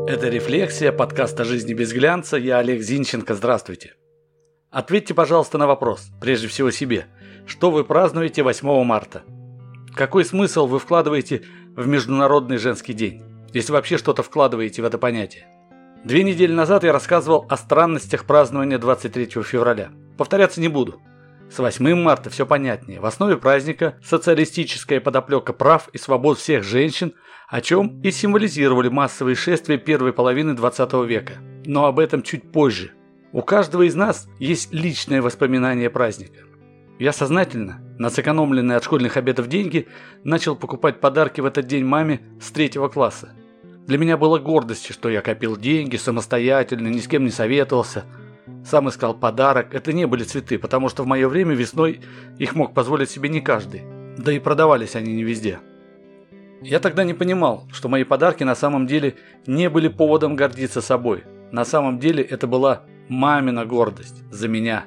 Это «Рефлексия», подкаст о жизни без глянца. Я Олег Зинченко. Здравствуйте. Ответьте, пожалуйста, на вопрос, прежде всего себе. Что вы празднуете 8 марта? Какой смысл вы вкладываете в Международный женский день? Если вообще что-то вкладываете в это понятие. 2 недели назад я рассказывал о странностях празднования 23 февраля. Повторяться не буду. С 8 марта все понятнее. В основе праздника социалистическая подоплека прав и свобод всех женщин, о чем и символизировали массовые шествия первой половины 20 века. Но об этом чуть позже. У каждого из нас есть личное воспоминание праздника. Я сознательно, на сэкономленные от школьных обедов деньги, начал покупать подарки в этот день маме с 3 класса. Для меня было гордостью, что я копил деньги самостоятельно, ни с кем не советовался. Сам искал подарок. Это не были цветы, потому что в мое время весной их мог позволить себе не каждый. Да и продавались они не везде. Я тогда не понимал, что мои подарки на самом деле не были поводом гордиться собой. На самом деле это была мамина гордость за меня.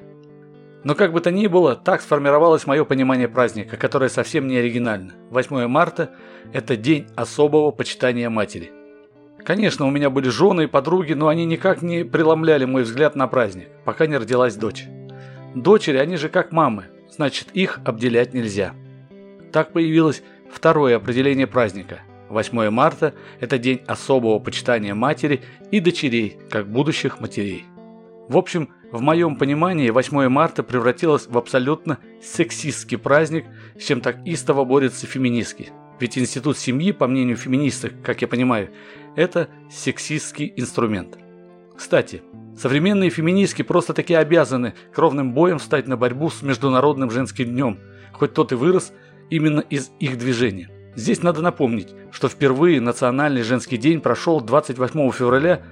Но как бы то ни было, так сформировалось мое понимание праздника, которое совсем не оригинально. 8 марта – это день особого почитания матери. Конечно, у меня были жены и подруги, но они никак не преломляли мой взгляд на праздник, пока не родилась дочь. Дочери, они же как мамы, значит, их обделять нельзя. Так появилось второе определение праздника. 8 марта – это день особого почитания матери и дочерей, как будущих матерей. В общем, в моем понимании 8 марта превратилось в абсолютно сексистский праздник, с чем так истово борются феминистки. Ведь институт семьи, по мнению феминисток, как я понимаю, это сексистский инструмент. Кстати, современные феминистки просто-таки обязаны кровным боем встать на борьбу с Международным женским днем, хоть тот и вырос именно из их движения. Здесь надо напомнить, что впервые Национальный женский день прошел 28 февраля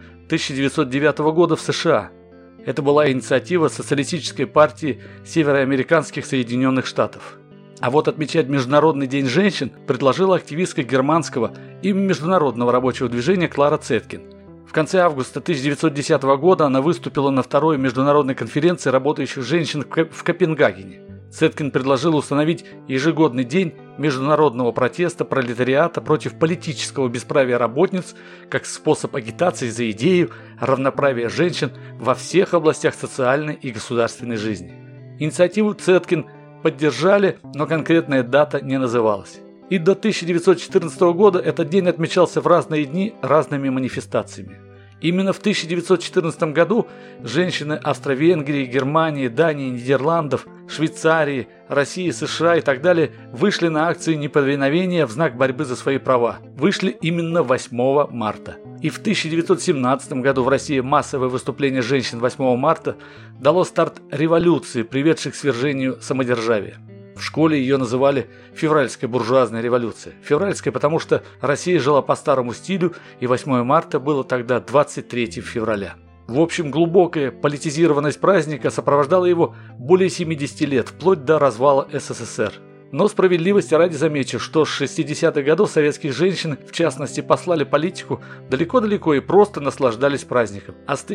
1909 года в США. Это была инициатива Социалистической партии Североамериканских Соединенных Штатов. А вот отмечать Международный день женщин предложила активистка германского и международного рабочего движения Клара Цеткин. В конце августа 1910 года она выступила на второй международной конференции работающих женщин в Копенгагене. Цеткин предложила установить ежегодный день международного протеста пролетариата против политического бесправия работниц как способ агитации за идею равноправия женщин во всех областях социальной и государственной жизни. Инициативу Цеткин поддержали, но конкретная дата не называлась. И до 1914 года этот день отмечался в разные дни разными манифестациями. Именно в 1914 году женщины Австро-Венгрии, Германии, Дании, Нидерландов, Швейцарии, России, США и так далее вышли на акции неповиновения в знак борьбы за свои права. Вышли именно 8 марта. И в 1917 году в России массовое выступление женщин 8 марта дало старт революции, приведшей к свержению самодержавия. В школе ее называли «февральская буржуазная революция». Февральская, потому что Россия жила по старому стилю, и 8 марта было тогда 23 февраля. В общем, глубокая политизированность праздника сопровождала его более 70 лет, вплоть до развала СССР. Но справедливости ради замечу, что с 60-х годов советские женщины, в частности, послали политику далеко-далеко и просто наслаждались праздником. А с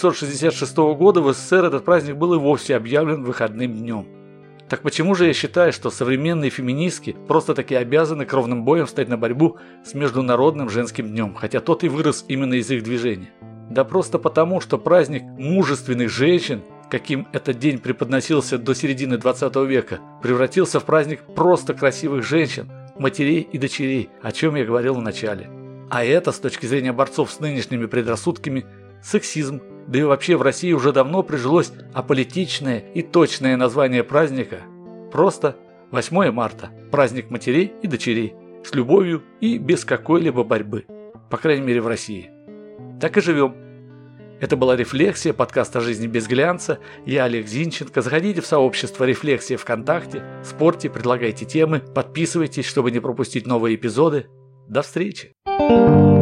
1966 года в СССР этот праздник был и вовсе объявлен выходным днем. Так почему же я считаю, что современные феминистки просто-таки обязаны кровным боем встать на борьбу с Международным женским днем, хотя тот и вырос именно из их движения? Да просто потому, что праздник мужественных женщин, каким этот день преподносился до середины 20 века, превратился в праздник просто красивых женщин, матерей и дочерей, о чем я говорил в начале. А это, с точки зрения борцов с нынешними предрассудками, сексизм. Да и вообще в России уже давно прижилось аполитичное и точное название праздника. Просто 8 марта. Праздник матерей и дочерей. С любовью и без какой-либо борьбы. По крайней мере в России. Так и живем. Это была «Рефлексия», подкаст о жизни без глянца. Я Олег Зинченко. Заходите в сообщество «Рефлексия» ВКонтакте. Спорьте, предлагайте темы. Подписывайтесь, чтобы не пропустить новые эпизоды. До встречи.